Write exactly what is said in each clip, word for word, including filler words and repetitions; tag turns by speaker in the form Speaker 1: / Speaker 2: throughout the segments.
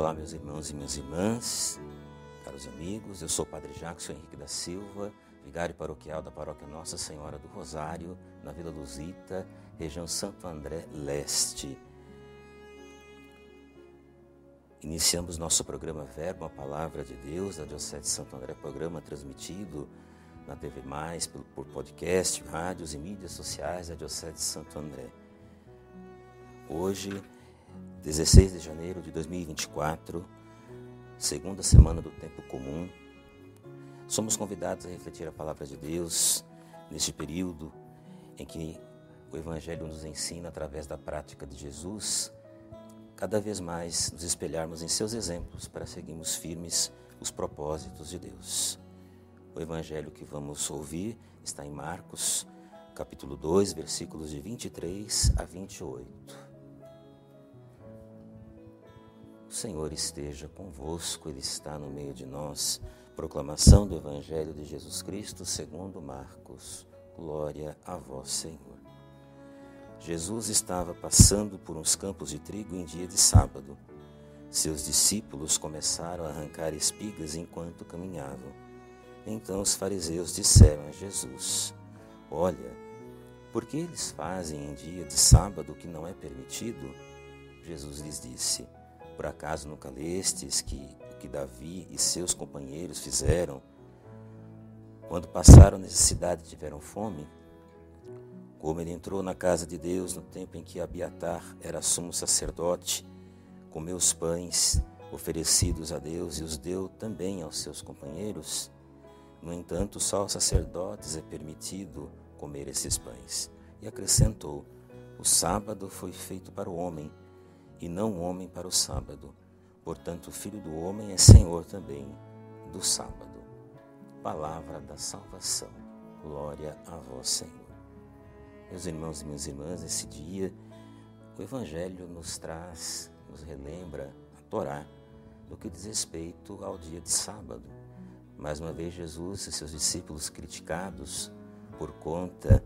Speaker 1: Olá, meus irmãos e minhas irmãs, caros amigos, eu sou o Padre Jackson Henrique da Silva, vigário paroquial da Paróquia Nossa Senhora do Rosário, na Vila Luzita, região Santo André Leste. Iniciamos nosso programa Verbo, a Palavra de Deus, da Diocese de Santo André, programa transmitido na T V Mais, por, por podcast, rádios e mídias sociais da Diocese de Santo André. Hoje, dezesseis de janeiro de dois mil e vinte e quatro, segunda semana do Tempo Comum, somos convidados a refletir a Palavra de Deus neste período em que o Evangelho nos ensina, através da prática de Jesus, cada vez mais nos espelharmos em seus exemplos para seguirmos firmes os propósitos de Deus. O Evangelho que vamos ouvir está em Marcos, capítulo dois, versículos de vinte e três a vinte e oito. O Senhor esteja convosco, Ele está no meio de nós. Proclamação do Evangelho de Jesus Cristo segundo Marcos. Glória a vós, Senhor. Jesus estava passando por uns campos de trigo em dia de sábado. Seus discípulos começaram a arrancar espigas enquanto caminhavam. Então os fariseus disseram a Jesus: Olha, por que eles fazem em dia de sábado o que não é permitido? Jesus lhes disse: Por acaso nunca lestes que o que Davi e seus companheiros fizeram quando passaram necessidade e tiveram fome? Como ele entrou na casa de Deus no tempo em que Abiatar era sumo sacerdote, comeu os pães oferecidos a Deus e os deu também aos seus companheiros. No entanto, só aos sacerdotes é permitido comer esses pães. E acrescentou: O sábado foi feito para o homem, e não o homem para o sábado. Portanto, o Filho do homem é Senhor também do sábado. Palavra da salvação. Glória a vós, Senhor. Meus irmãos e minhas irmãs, nesse dia, o Evangelho nos traz, nos relembra a Torá, no que diz respeito ao dia de sábado. Mais uma vez, Jesus e seus discípulos criticados por conta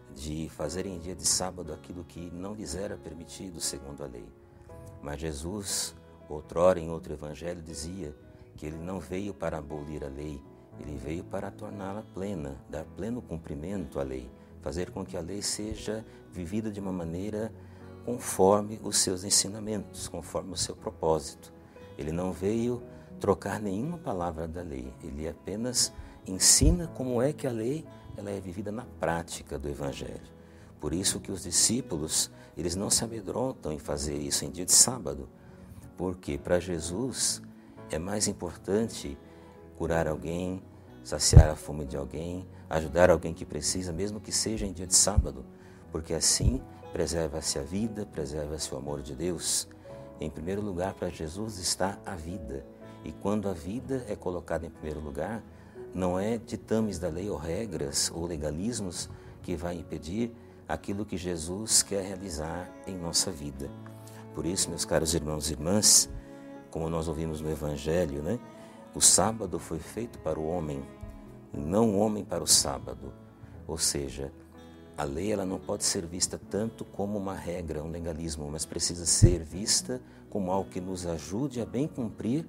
Speaker 1: de fazerem em dia de sábado aquilo que não lhes era permitido segundo a lei. Mas Jesus, outrora em outro evangelho, dizia que ele não veio para abolir a lei, ele veio para torná-la plena, dar pleno cumprimento à lei, fazer com que a lei seja vivida de uma maneira conforme os seus ensinamentos, conforme o seu propósito. Ele não veio trocar nenhuma palavra da lei, ele apenas ensina como é que a lei ela é vivida na prática do evangelho. Por isso que os discípulos, eles não se amedrontam em fazer isso em dia de sábado, porque para Jesus é mais importante curar alguém, saciar a fome de alguém, ajudar alguém que precisa, mesmo que seja em dia de sábado, porque assim preserva-se a vida, preserva-se o amor de Deus. Em primeiro lugar, para Jesus está a vida, e quando a vida é colocada em primeiro lugar, não é ditames da lei ou regras ou legalismos que vai impedir aquilo que Jesus quer realizar em nossa vida. Por isso, meus caros irmãos e irmãs, como nós ouvimos no Evangelho, né? O sábado foi feito para o homem, e não o homem para o sábado. Ou seja, a lei ela não pode ser vista tanto como uma regra, um legalismo, mas precisa ser vista como algo que nos ajude a bem cumprir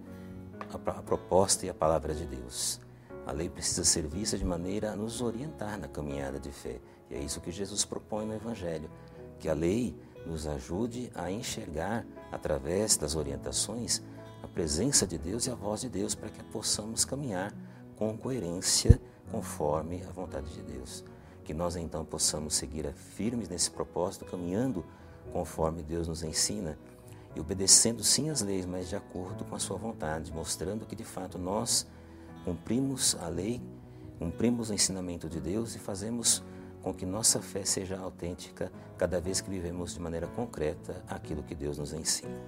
Speaker 1: a, a proposta e a palavra de Deus. A lei precisa ser vista de maneira a nos orientar na caminhada de fé. E é isso que Jesus propõe no Evangelho, que a lei nos ajude a enxergar, através das orientações, a presença de Deus e a voz de Deus, para que possamos caminhar com coerência, conforme a vontade de Deus. Que nós então possamos seguir firmes nesse propósito, caminhando conforme Deus nos ensina, e obedecendo sim as leis, mas de acordo com a sua vontade, mostrando que de fato nós cumprimos a lei, cumprimos o ensinamento de Deus e fazemos com que nossa fé seja autêntica cada vez que vivemos de maneira concreta aquilo que Deus nos ensina.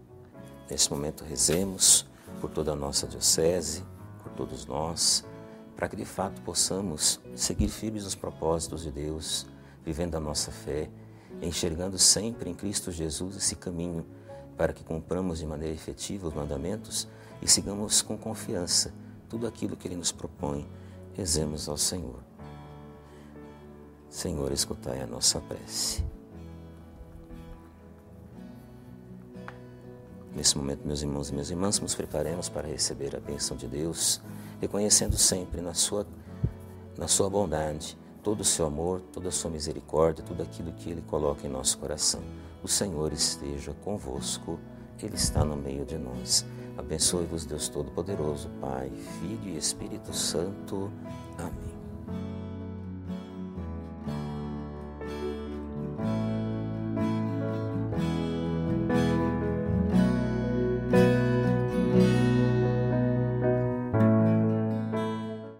Speaker 1: Nesse momento rezemos por toda a nossa diocese, por todos nós, para que de fato possamos seguir firmes nos propósitos de Deus, vivendo a nossa fé, enxergando sempre em Cristo Jesus esse caminho para que cumpramos de maneira efetiva os mandamentos e sigamos com confiança tudo aquilo que Ele nos propõe. Rezemos ao Senhor. Senhor, escutai a nossa prece. Nesse momento, meus irmãos e minhas irmãs, nos preparemos para receber a bênção de Deus, reconhecendo sempre na sua, na sua bondade, todo o seu amor, toda a sua misericórdia, tudo aquilo que Ele coloca em nosso coração. O Senhor esteja convosco, Ele está no meio de nós. Abençoe-vos, Deus Todo-Poderoso, Pai, Filho e Espírito Santo. Amém.